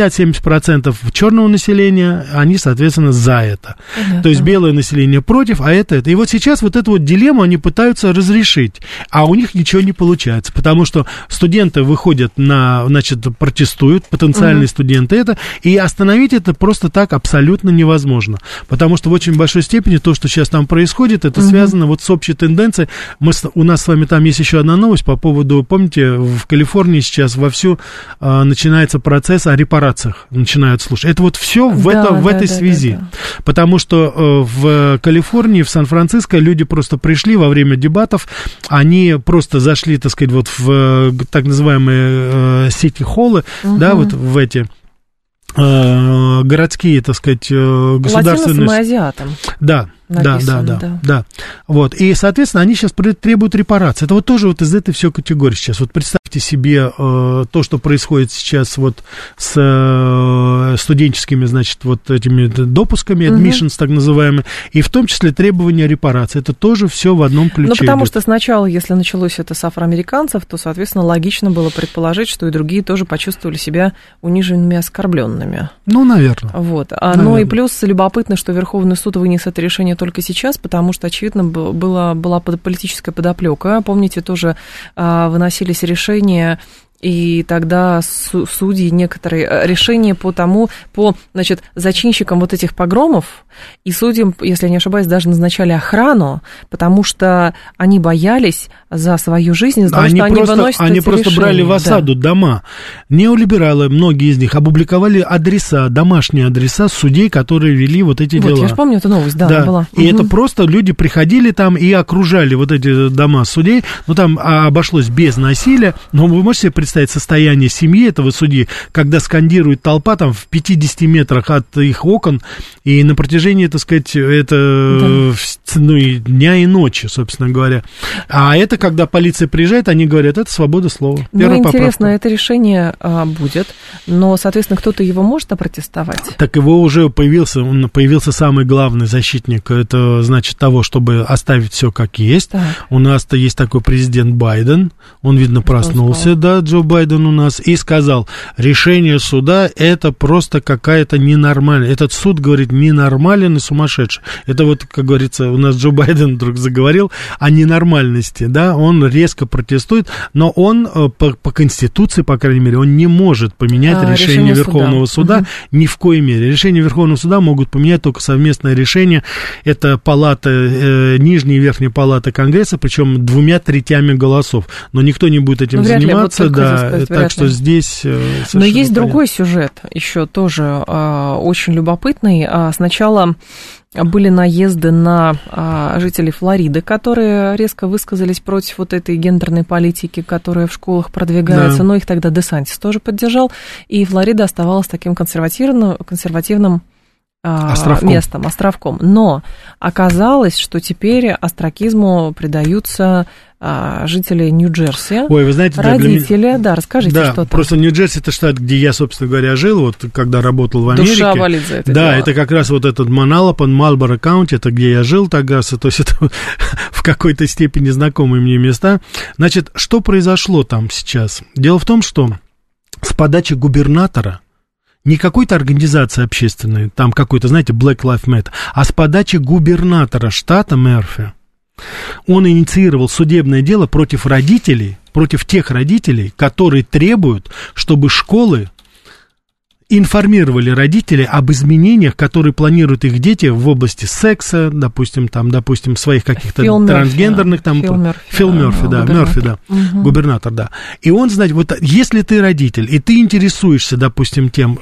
60-70% черного населения, они, соответственно, за это. То есть белое население против, а это. И вот сейчас вот эту вот дилемму они пытаются разрешить. А у них ничего не получается. Потому что студенты выходят протестуют, потенциальные студенты это, и остановить это просто так абсолютно невозможно. Потому что в очень большой степени то, что сейчас там происходит, это связано вот с общей тенденцией. У нас с вами там есть еще одна новость по поводу, помните, в Калифорнии сейчас вовсю начинается процесс о репарациях, начинают слушать. Это вот все в этой связи. Потому что в Калифорнии, в Сан-Франциско люди просто пришли во время дебатов, они просто зашли, так сказать, вот в так называемые сити-холлы, да, вот в эти городские, так сказать, государственные... Латиносам и азиатам. Да. Вот. И, соответственно, они сейчас требуют репарации. Это вот тоже вот из этой всей категории сейчас. Вот представьте себе то, что происходит сейчас вот с студенческими, значит, вот этими допусками, admissions, так называемые, и в том числе требования репарации. Это тоже все в одном ключе. Ну, потому что сначала, если началось это с афроамериканцев, то, соответственно, логично было предположить, что и другие тоже почувствовали себя униженными и оскорбленными. Ну, наверное. Вот. Ну и плюс любопытно, что Верховный суд вынес это решение только сейчас, потому что, очевидно, была политическая подоплека. Помните, тоже выносились решения и тогда судьи некоторые решения по зачинщикам вот этих погромов, и судьям, если я не ошибаюсь, даже назначали охрану, потому что они боялись за свою жизнь, из-за того, что они выносят Они эти просто решения. брали в осаду дома. Неолибералы, многие из них, опубликовали адреса, домашние адреса судей, которые вели вот эти дела. Я же помню эту новость, да. Она была. И это просто люди приходили там и окружали вот эти дома судей, там обошлось без насилия, но вы можете себе представить состояние семьи этого судьи, когда скандирует толпа там в 50 метрах от их окон, и на протяжении, так сказать, дня и ночи, собственно говоря. А это, когда полиция приезжает, они говорят, это свобода слова. Интересно, это решение будет, но, соответственно, кто-то его может опротестовать? Так его уже появился самый главный защитник, это значит того, чтобы оставить все как есть. Так. У нас-то есть такой президент Байден, он, видно, проснулся, Джо Байден у нас, и сказал, решение суда это просто какая-то ненормальная. Этот суд, говорит, ненормален и сумасшедший. Это вот, как говорится, у нас Джо Байден вдруг заговорил о ненормальности, он резко протестует, но он по Конституции, по крайней мере, он не может поменять решение Верховного суда ни в коей мере. Решение Верховного суда могут поменять только совместное решение, это палата, нижняя и верхняя палата Конгресса, причем 2/3 голосов, но никто не будет этим заниматься, так что здесь... Но есть другой сюжет, еще тоже очень любопытный. Сначала были наезды на жителей Флориды, которые резко высказались против вот этой гендерной политики, которая в школах продвигается, но их тогда Десантис тоже поддержал, и Флорида оставалась таким консервативным островком. Но оказалось, что теперь остракизму предаются жители Нью-Джерси. Ой, вы знаете, родители, расскажите, что там. Просто Нью-Джерси это штат, где я, собственно говоря, жил, вот когда работал в Америке. Душа болит за это дело. Это как раз вот этот Маналапан, Мальборо Каунти, это где я жил тогда, то есть это в какой-то степени знакомые мне места. Значит, что произошло там сейчас? Дело в том, что с подачи губернатора, не какой-то организации общественной, там какой-то, знаете, Black Lives Matter, а с подачи губернатора штата Мерфи, он инициировал судебное дело против родителей, против тех родителей, которые требуют, чтобы школы информировали родителей об изменениях, которые планируют их дети в области секса, допустим, своих каких-то трансгендерных, Фил Мерфи, губернатор, да. И он, знаете, вот если ты родитель, и ты интересуешься, допустим, тем,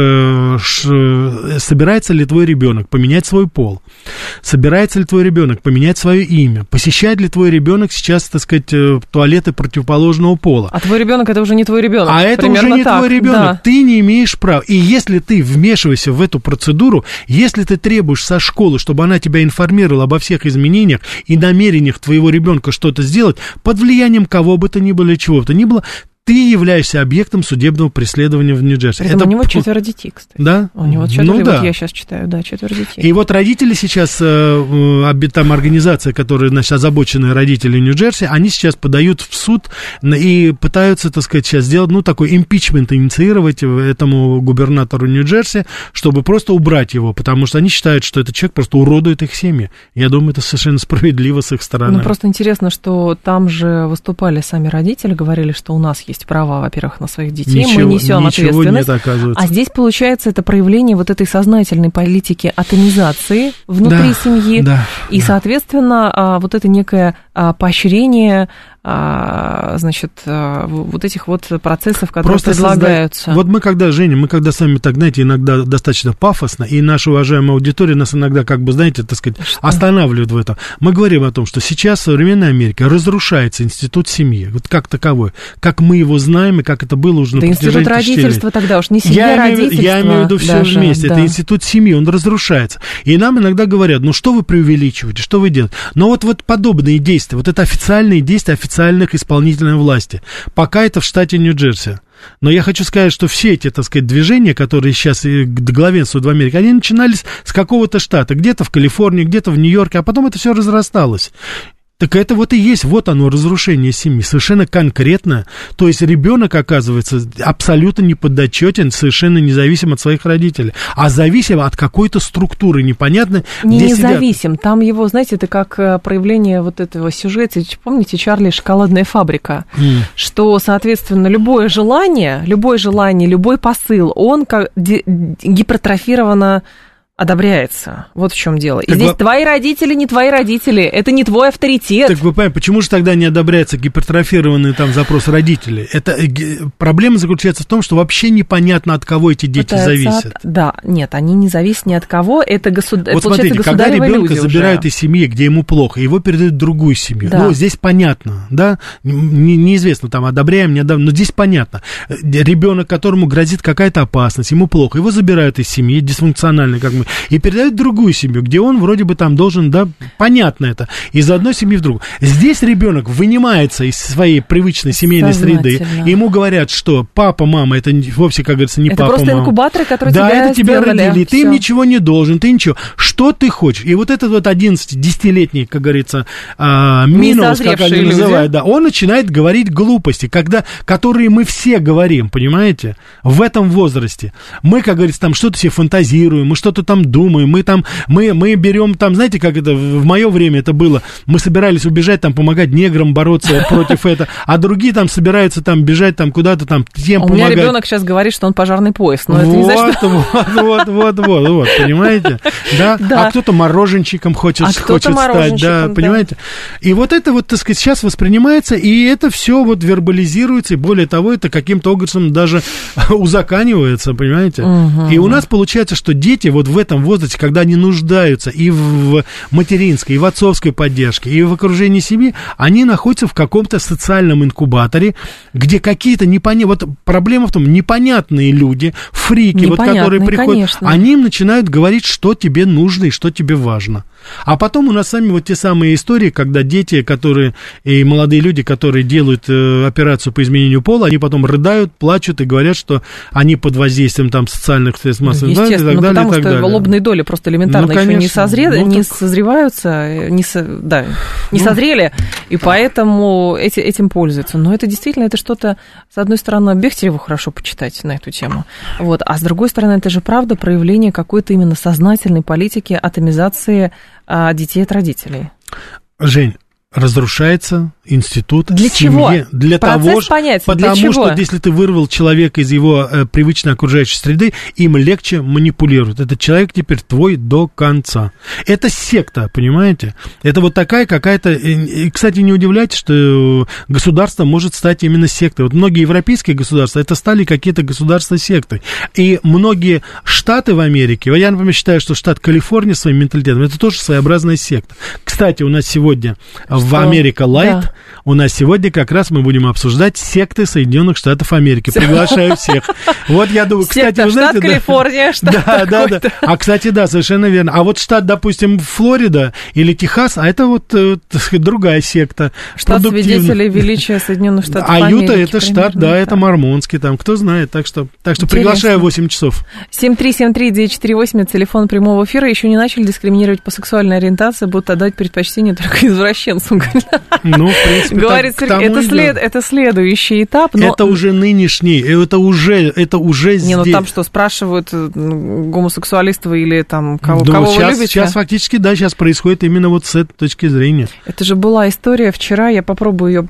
собирается ли твой ребенок поменять свой пол, собирается ли твой ребенок поменять свое имя, посещает ли твой ребенок сейчас, так сказать, туалеты противоположного пола. А твой ребенок это уже не твой ребенок. А это уже не твой ребенок. Ты не имеешь права. И если ты вмешиваешься в эту процедуру, если ты требуешь со школы, чтобы она тебя информировала обо всех изменениях и намерениях твоего ребенка что-то сделать, под влиянием кого бы то ни было, чего бы то ни было, ты являешься объектом судебного преследования в Нью-Джерси. У него 4 детей, кстати. Да? У него 4, вот я сейчас читаю, 4 детей. И вот родители сейчас, там организация, которая, значит, озабоченные родители Нью-Джерси, они сейчас подают в суд и пытаются, так сказать, сейчас сделать, такой импичмент инициировать этому губернатору Нью-Джерси, чтобы просто убрать его, потому что они считают, что этот человек просто уродует их семьи. Я думаю, это совершенно справедливо с их стороны. Просто интересно, что там же выступали сами родители, говорили, что у нас есть права, во-первых, на своих детей, мы несем ответственность. Нет, а здесь, получается, это проявление вот этой сознательной политики атомизации внутри семьи, и, соответственно, вот это некое поощрение, значит, вот этих вот процессов, которые просто предлагаются. Вот мы когда с вами так, знаете, иногда достаточно пафосно, и наша уважаемая аудитория нас иногда, как бы, знаете, так сказать, останавливает в этом. Мы говорим о том, что сейчас в современной Америке разрушается институт семьи, вот как таковой, как мы его знаем, и как это было уже на протяжении институт родительства тогда уж не семья, родительства. Я имею в виду все вместе, это институт семьи, он разрушается. И нам иногда говорят, что вы преувеличиваете, что вы делаете? Но вот подобные действия, вот это официальные действия официальных исполнительной власти. Пока это в штате Нью-Джерси. Но я хочу сказать, что все эти, так сказать, движения, которые сейчас к главенству в Америке, они начинались с какого-то штата, где-то в Калифорнии, где-то в Нью-Йорке, а потом это все разрасталось. Так это вот и есть, вот оно, разрушение семьи, совершенно конкретно. То есть ребенок, оказывается, абсолютно не подотчетен, совершенно независим от своих родителей, а зависим от какой-то структуры непонятной. Независим, там его, знаете, это как проявление вот этого сюжета, помните, Чарли и шоколадная фабрика, что, соответственно, любое желание, любой посыл, он как гипертрофированно одобряется. Вот в чем дело. И так здесь твои родители, не твои родители. Это не твой авторитет. Так вы понимаете, почему же тогда не одобряется гипертрофированный там запрос родителей? Это проблема заключается в том, что вообще непонятно, от кого эти дети зависят. Да, нет, они не зависят ни от кого. Это вот смотрите, когда ребенка забирают из семьи, где ему плохо, его передают в другую семью. Да. Ну, здесь понятно, да? Неизвестно, там, одобряем, не одобряем, но здесь понятно. Ребенок, которому грозит какая-то опасность, ему плохо, его забирают из семьи, дисфункциональной, как мы, и передают в другую семью, где он вроде бы там должен, да, понятно это, из одной семьи в другую. Здесь ребенок вынимается из своей привычной семейной среды, и ему говорят, что папа, мама, это вовсе, как говорится, не это папа, мама. Это просто инкубаторы, которые тебя родили, ты им ничего не должен, ты ничего. Что ты хочешь? И вот этот вот 11-10-летний, как говорится, минус, как они называют, да, он начинает говорить глупости, которые мы все говорим, понимаете, в этом возрасте. Мы, как говорится, там что-то себе фантазируем, мы что-то там думаем, мы берем там, знаете, как это в мое время это было, мы собирались убежать, там, помогать неграм бороться против этого, а другие там собираются там бежать там куда-то там тем помогать. У меня ребенок сейчас говорит, что он пожарный поезд, но это не значит, что... Вот, понимаете? Да? А кто-то мороженщиком хочет стать, да, понимаете? И вот это вот, так сказать, сейчас воспринимается, и это все вот вербализируется, и более того, это каким-то образом даже узаканивается, понимаете? И у нас получается, что дети вот в этом возрасте, когда они нуждаются и в материнской, и в отцовской поддержке, и в окружении семьи, они находятся в каком-то социальном инкубаторе, где какие-то непонятные... Вот проблема в том, непонятные люди, фрики, вот, которые приходят, конечно. Они им начинают говорить, что тебе нужно и что тебе важно. А потом у нас сами вот те самые истории, когда дети, которые и молодые люди, которые делают операцию по изменению пола, они потом рыдают, плачут и говорят, что они под воздействием там социальных средств массовой информации и так далее. Потому что лобные доли просто элементарно еще не созреваются, не созрели, и поэтому этим пользуются. Но это действительно, это что-то, с одной стороны, Бехтереву хорошо почитать на эту тему, вот, а с другой стороны, это же правда проявление какой-то именно сознательной политики атомизации детей от родителей. Жень, разрушается институт для семьи. Чего? Для того, потому что если ты вырвал человека из его привычной окружающей среды, им легче манипулируют. Этот человек теперь твой до конца. Это секта, понимаете? Это вот такая какая-то... И, кстати, не удивляйтесь, что государство может стать именно сектой. Вот многие европейские государства, это стали какие-то государства-секты. И многие штаты в Америке, я, например, считаю, что штат Калифорния своим менталитетом, это тоже своеобразная секта. Кстати, у нас сегодня в Америка Лайт, да. У нас сегодня как раз мы будем обсуждать секты Соединенных Штатов Америки. Приглашаю всех. Вот я думаю, кстати, вы знаете... Штат Калифорния, штат да. А, кстати, да, совершенно верно. А вот штат, допустим, Флорида или Техас, а это вот, так сказать, другая секта. Штат свидетелей величия Соединенных Штатов Америки. А Юта это штат, да, это мормонский там, кто знает. Так что приглашаю 8 часов. 7373948, телефон прямого эфира. Еще не начали дискриминировать по сексуальной ориентации, будут отдать предпочтение только извращенцам. Ну, в принципе, говорит Сергей, это следующий этап. Но... Это уже нынешний, это уже здесь. Не, ну там что, спрашивают гомосексуалистов или там кого вы любите? Сейчас фактически, да, сейчас происходит именно вот с этой точки зрения. Это же была история вчера, я попробую ее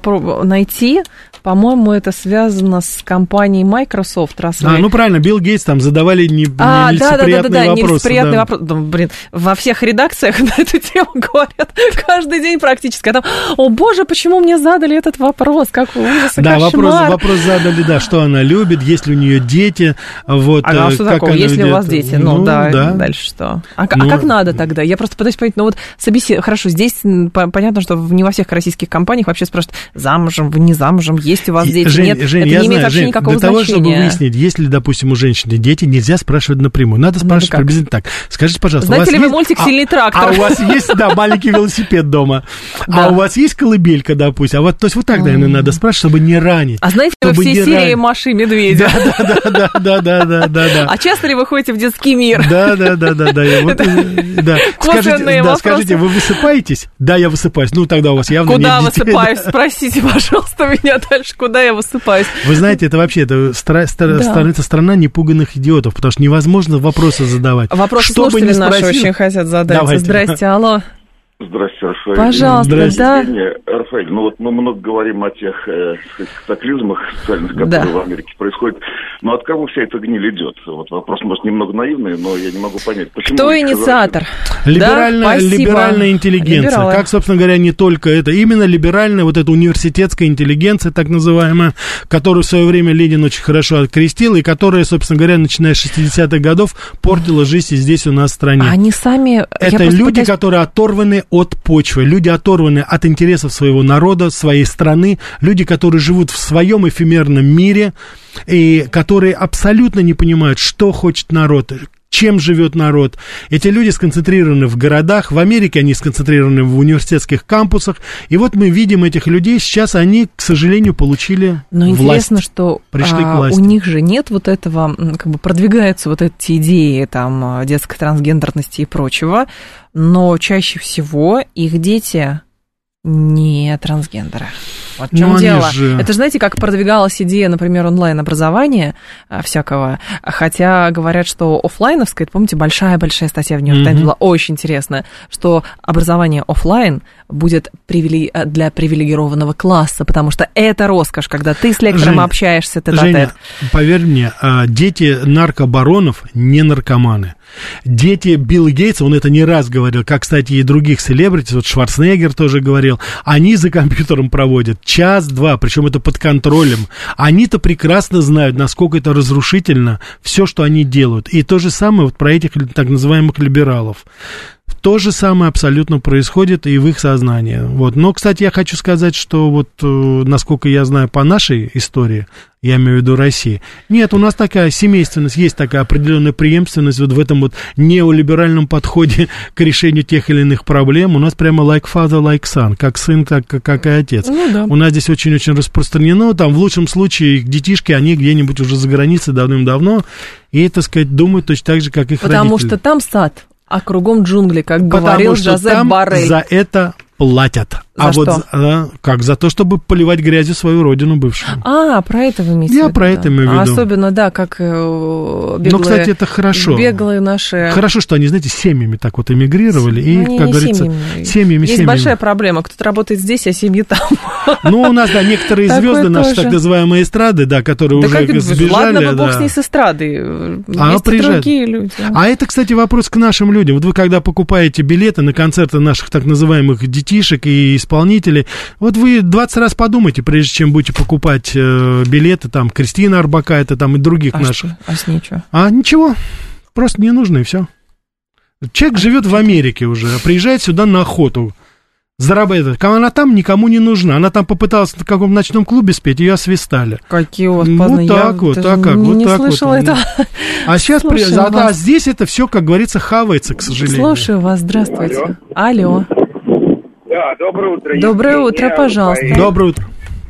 найти. По-моему, это связано с компанией Microsoft. Ну правильно, Билл Гейтс там задавали нелицеприятные вопросы. Нелицеприятные вопросы. Блин, во всех редакциях на эту тему говорят каждый день практически. А там, о боже, почему мне задали этот вопрос? Какой ужас и кошмар. Да, вопрос задали, да, что она любит, есть ли у нее дети. Вот, что такого, есть ли у вас дети? Ну да, дальше что? А как надо тогда? Я просто пытаюсь понять, ну вот хорошо, здесь понятно, что не во всех российских компаниях вообще спрашивают, замужем, вы не замужем, есть у вас дети, Жень, нет. Жень, это не имеет вообще Жень, никакого для того, значения. чтобы выяснить, есть ли, допустим, у женщины дети, нельзя спрашивать напрямую. Надо спрашивать приблизительно так. Скажите, пожалуйста, знаете ли вы есть... мультик «Сильный трактор»? А у вас есть, да, маленький велосипед дома? А у вас есть колыбелька, допустим? А вот, то есть вот так, наверное, надо спрашивать, чтобы не ранить. А знаете ли вы все серии Маши и Медведя? Да. А часто ли вы ходите в детский мир? Да. Скажите, вы высыпаетесь? Да, я высыпаюсь. Ну, тогда у вас явно куда нет детей. Высыпаюсь? Спросите, пожалуйста, меня дальше, куда я высыпаюсь. Вы знаете, это вообще становится страна непуганных идиотов, потому что невозможно вопросы задавать. Вопросы слушатели наши очень хотят задать. Давайте. Здрасте, алло. Здравствуйте, Рафаэль. Пожалуйста, да. Рафаэль, ну вот мы много говорим о тех катаклизмах социальных, которые в Америке происходят. Но от кого вся эта гниль идет? Вот вопрос, может, немного наивный, но я не могу понять, почему... Кто инициатор? Либеральная интеллигенция. Либералы. Как, собственно говоря, не только это. Именно либеральная, вот эта университетская интеллигенция, так называемая, которую в свое время Ленин очень хорошо окрестил, и которая, собственно говоря, начиная с 60-х годов, портила жизнь и здесь у нас в стране. Они сами... Это люди, которые оторваны от почвы, люди, оторваны от интересов своего народа, своей страны, люди, которые живут в своем эфемерном мире, и которые абсолютно не понимают, что хочет народ, чем живет народ. Эти люди сконцентрированы в городах, в Америке они сконцентрированы в университетских кампусах, и вот мы видим этих людей, сейчас они, к сожалению, получили Но власть. интересно, что пришли к власти. У них же нет вот этого, как бы продвигаются вот эти идеи там детской трансгендерности и прочего, но чаще всего их дети не трансгендеры. Вот в чем дело. Это же, знаете, как продвигалась идея, например, онлайн-образования всякого, хотя говорят, что офлайновское, помните, большая-большая статья в Нью-Йорк Таймс была очень интересная, что образование офлайн будет для привилегированного класса, потому что это роскошь, когда ты с лектором общаешься тет-а-тет. Женя, поверь мне, дети наркобаронов не наркоманы. Дети Билла Гейтса, он это не раз говорил, как, кстати, и других селебрити, вот Шварценеггер тоже говорил, они за компьютером проводят час-два, причем это под контролем. Они-то прекрасно знают, насколько это разрушительно, все, что они делают. И то же самое вот про этих так называемых либералов. То же самое абсолютно происходит и в их сознании. Вот. Но, кстати, я хочу сказать, что вот, насколько я знаю по нашей истории, я имею в виду России, нет, у нас такая семейственность, есть такая определенная преемственность вот в этом вот неолиберальном подходе к решению тех или иных проблем. У нас прямо like father, like son, как сын, как и отец. Ну, да. У нас здесь очень-очень распространено, там в лучшем случае их детишки, они где-нибудь уже за границей давным-давно, и, так сказать, думают точно так же, как их родители. Потому что там сад, а кругом джунгли, как говорил Жозеп Боррель. За это платят. Как за то, чтобы поливать грязью свою родину бывшую. Про это вы имеете в виду? Я про это имею в виду. Особенно, да, как беглые... Ну, кстати, это хорошо. Беглые наши... Хорошо, что они, знаете, семьями так вот эмигрировали. И, как говорится, семьями. Есть большая проблема. Кто-то работает здесь, а семьи там. Ну, у нас, да, некоторые звезды наши, так называемые эстрады, да, которые уже сбежали. Ладно бы бог с ней с эстрады. Есть и другие люди. А это, кстати, вопрос к нашим людям. Вот вы, когда покупаете билеты на концерты наших так называемых детишек и исполнителей, вот вы 20 раз подумайте, прежде чем будете покупать билеты, там, Кристина Орбакайте, там, и других наших. С ней что? Ничего, просто не нужно, и все. Человек живет в Америке уже, приезжает сюда на охоту, зарабатывает. Она там никому не нужна. Она там попыталась в каком-то ночном клубе спеть, ее освистали. Какие у вас поздно. Вот так вот, так как. Не слышала этого. А сейчас, здесь это все, как говорится, хавается, к сожалению. Слушаю вас, здравствуйте. Алло. Да, доброе утро. Доброе утро, пожалуйста. Доброе утро.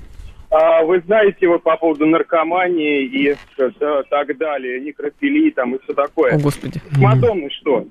Вы знаете, вот по поводу наркомании и так далее, некрофилии там и все такое. О, Господи. Мадонны что?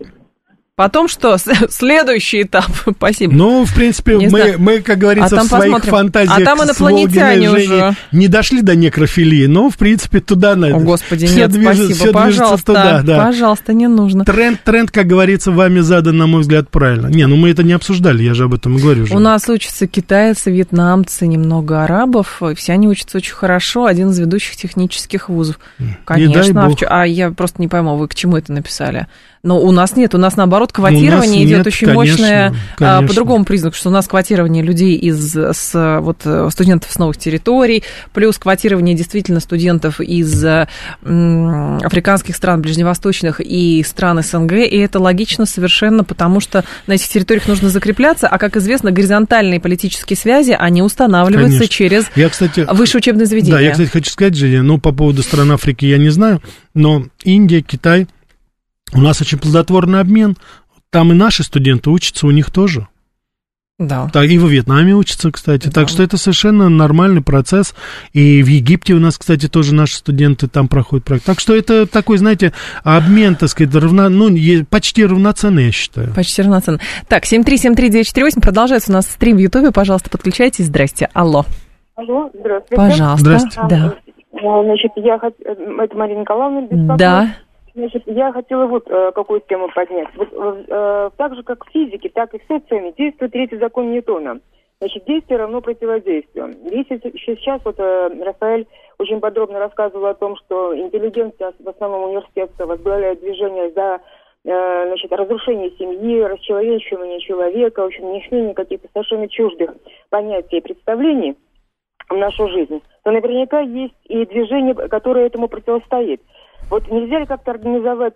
Потом что? Следующий этап. Спасибо. Ну, в принципе, мы, как говорится, в своих фантазиях а там инопланетяне уже не дошли до некрофилии, но, в принципе, туда надо. О, Господи, нет, спасибо. Пожалуйста, туда, да. Пожалуйста, не нужно. Тренд, как говорится, вами задан, на мой взгляд, правильно. Мы это не обсуждали, я же об этом и говорю уже. У нас учатся китайцы, вьетнамцы, немного арабов, и все они учатся очень хорошо. Один из ведущих технических вузов. Конечно. Я просто не пойму, вы к чему это написали? Но у нас нет, у нас наоборот квотирование идет очень мощное, конечно. По другому признаку, что у нас квотирование людей из студентов с новых территорий, плюс квотирование действительно студентов из африканских стран, ближневосточных и стран СНГ, и это логично совершенно, потому что на этих территориях нужно закрепляться, а, как известно, горизонтальные политические связи, они устанавливаются через высшее учебное заведение. Да, я, кстати, хочу сказать, Женя, по поводу стран Африки я не знаю, но Индия, Китай, у нас очень плодотворный обмен. Там и наши студенты учатся, у них тоже. Да. Так, и во Вьетнаме учатся, кстати. Да. Так что это совершенно нормальный процесс. И в Египте у нас, кстати, тоже наши студенты там проходят проект. Так что это такой, знаете, обмен, так сказать, почти равноценный, я считаю. Почти равноценный. Так, 7373948, продолжается у нас стрим в Ютубе. Пожалуйста, подключайтесь. Здрасте. Алло. Алло, здравствуйте. Пожалуйста. Здравствуйте. Да. Значит, это Марина Николаевна беспокоит. Да. Значит, я хотела какую тему поднять. Так же, как в физике, так и в социуме действует третий закон Ньютона. Значит, действие равно противодействию. Если сейчас Рафаэль очень подробно рассказывал о том, что интеллигенция, в основном университетская, возглавляет движение за разрушение семьи, расчеловечивание человека, в общем, внедрение каких-то совершенно чуждых понятий и представлений в нашу жизнь, то наверняка есть и движение, которое этому противостоит. Вот нельзя ли как-то организовать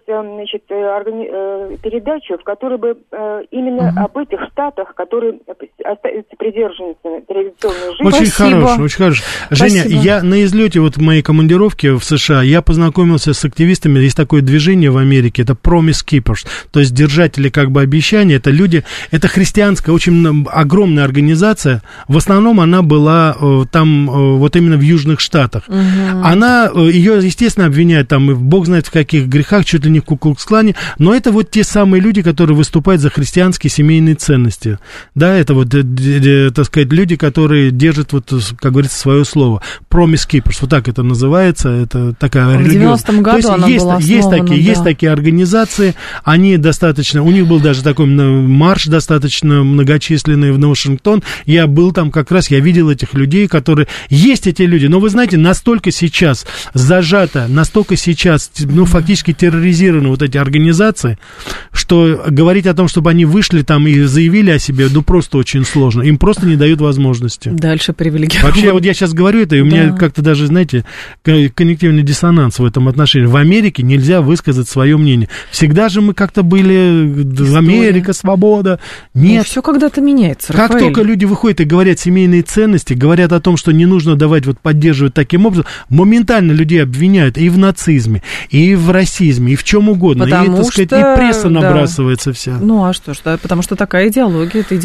передачу, в которой бы именно об этих штатах, которые остаются приверженцами традиционной жизни. Очень Спасибо. хорошо, очень хорошо. Женя, Спасибо. я на излете в моей командировке в США, я познакомился с активистами, есть такое движение в Америке, это Promise Keepers, то есть держатели обещаний, это люди, это христианская, очень огромная организация, в основном она была там, именно в Южных Штатах. Она, ее, естественно, обвиняют там, бог знает в каких грехах, чуть ли не в Ку-клукс-клане, но это те самые люди, которые выступают за христианские семейные ценности. Да, это так сказать, люди, которые держат, как говорится, свое слово. Promise Keepers, так это называется, это такая религиозная. В 90-м году она была основана, есть такие организации, они достаточно, у них был даже такой марш достаточно многочисленный в Вашингтон, я был там как раз, я видел этих людей, которые, есть эти люди, но вы знаете, настолько сейчас зажато, настолько сейчас, фактически терроризированы эти организации, что говорить о том, чтобы они вышли там и заявили о себе, просто очень сложно. Им просто не дают возможности. Дальше привилегированы. Вообще, я сейчас говорю это, и у меня как-то даже, знаете, конъюнктивный диссонанс в этом отношении. В Америке нельзя высказать свое мнение. Всегда же мы как-то были, Америка, свобода. Нет. Все когда-то меняется, Как Рафаэль. только люди выходят и говорят семейные ценности, говорят о том, что не нужно давать, поддерживать таким образом, моментально людей обвиняют и в нацизме, и в расизме, и в чем угодно. Потому и, так сказать, и пресса набрасывается вся. Ну, а что ж, да, потому что такая идеология, это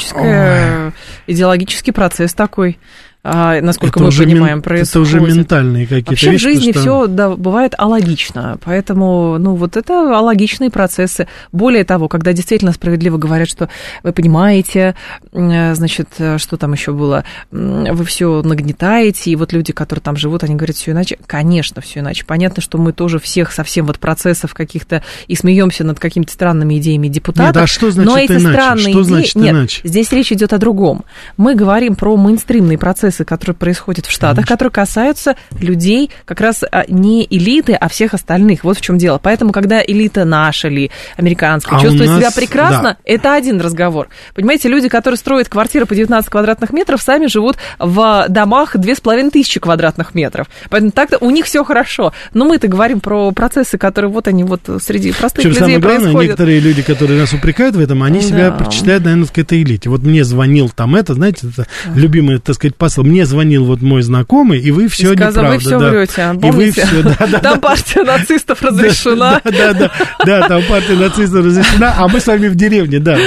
идеологический процесс такой. Насколько мы понимаем, происходит. Это уже ментальные какие-то вообще вещи. Вообще в жизни все бывает алогично, поэтому, это алогичные процессы. Более того, когда действительно справедливо говорят, что вы понимаете, значит, что там еще было, вы все нагнетаете, и люди, которые там живут, они говорят все иначе. Конечно, все иначе. Понятно, что мы тоже всех совсем процессов каких-то и смеемся над какими-то странными идеями депутатов. Нет, а что значит но эти иначе? странные что идеи... значит Нет, иначе? Здесь речь идет о другом. Мы говорим про мейнстримные процессы, которые происходят в Штатах, которые касаются людей, как раз не элиты, а всех остальных. Вот в чем дело. Поэтому, когда элита наша или американская чувствует себя прекрасно, это один разговор. Понимаете, люди, которые строят квартиры по 19 квадратных метров, сами живут в домах 2500 квадратных метров. Поэтому так-то у них все хорошо. Но мы-то говорим про процессы, которые они среди простых людей самое главное, происходят. Некоторые люди, которые нас упрекают в этом, они себя причисляют, наверное, к этой элите. Мне звонил знаете, это любимый, так сказать, посыл. Мне звонил мой знакомый, и вы все неправда. Вы все врете, помните? Там партия нацистов разрешена. Да, там партия нацистов разрешена, а мы с вами в деревне, да.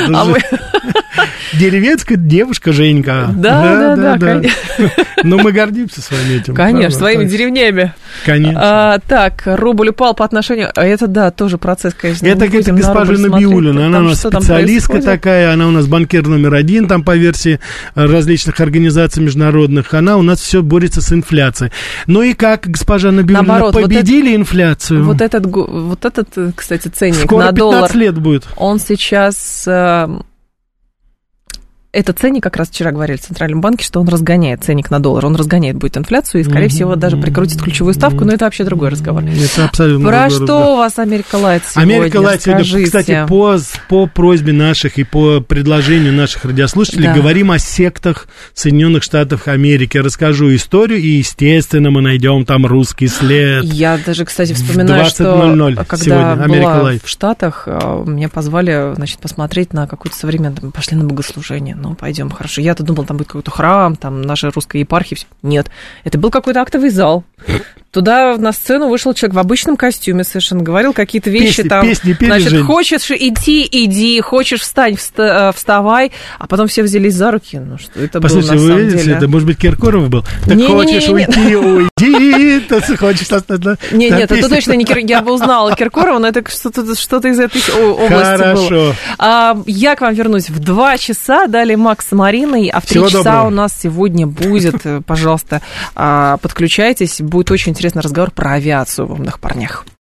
Деревенская девушка Женька. Да. Но мы гордимся с вами этим. Конечно, своими деревнями. Конечно. Так, рубль упал по отношению... Это, тоже процесс, конечно. Это госпожа Набиуллина. Она у нас специалистка такая, она у нас банкир номер 1, там по версии различных организаций международных. Она у нас все борется с инфляцией. Ну и как, госпожа Набиуллина, победили инфляцию? Вот этот, кстати, ценник скоро на доллар. 15 лет будет. Он сейчас... это ценник, как раз вчера говорили в Центральном банке, что он разгоняет ценник на доллар, он разгоняет будет инфляцию и, скорее всего, даже прикрутит ключевую ставку, но это вообще другой разговор. Это абсолютно Про другой что разговор. У вас Америка Лайт сегодня? Америка Лайт сегодня, кстати, по просьбе наших и по предложению наших радиослушателей говорим о сектах Соединенных Штатов Америки. Расскажу историю, и, естественно, мы найдем там русский след. Я даже, кстати, вспоминаю, что когда была в Штатах, меня позвали, значит, посмотреть на какую-то современную, пошли на богослужение. Ну, пойдем, хорошо. Я-то думал, там будет какой-то храм, там наша русская епархия. Нет, это был какой-то актовый зал. Туда на сцену вышел человек в обычном костюме совершенно, говорил какие-то вещи там. Песни пели, значит, Жень. Хочешь идти, иди, хочешь встать, вставай. А потом все взялись за руки. Ну, что это было на самом деле? Послушайте, это, может быть, Киркоров был? Так хочешь уйти, уйди, ты хочешь остаться. Нет, это точно не Киркоров. Я бы узнала Киркорова, но это что-то из этой области было. Я к вам вернусь в 2 часа, далее Макс с Мариной, а в 3 часа у нас сегодня будет, пожалуйста, подключайтесь, будет очень интересный разговор про авиацию в «Умных парнях».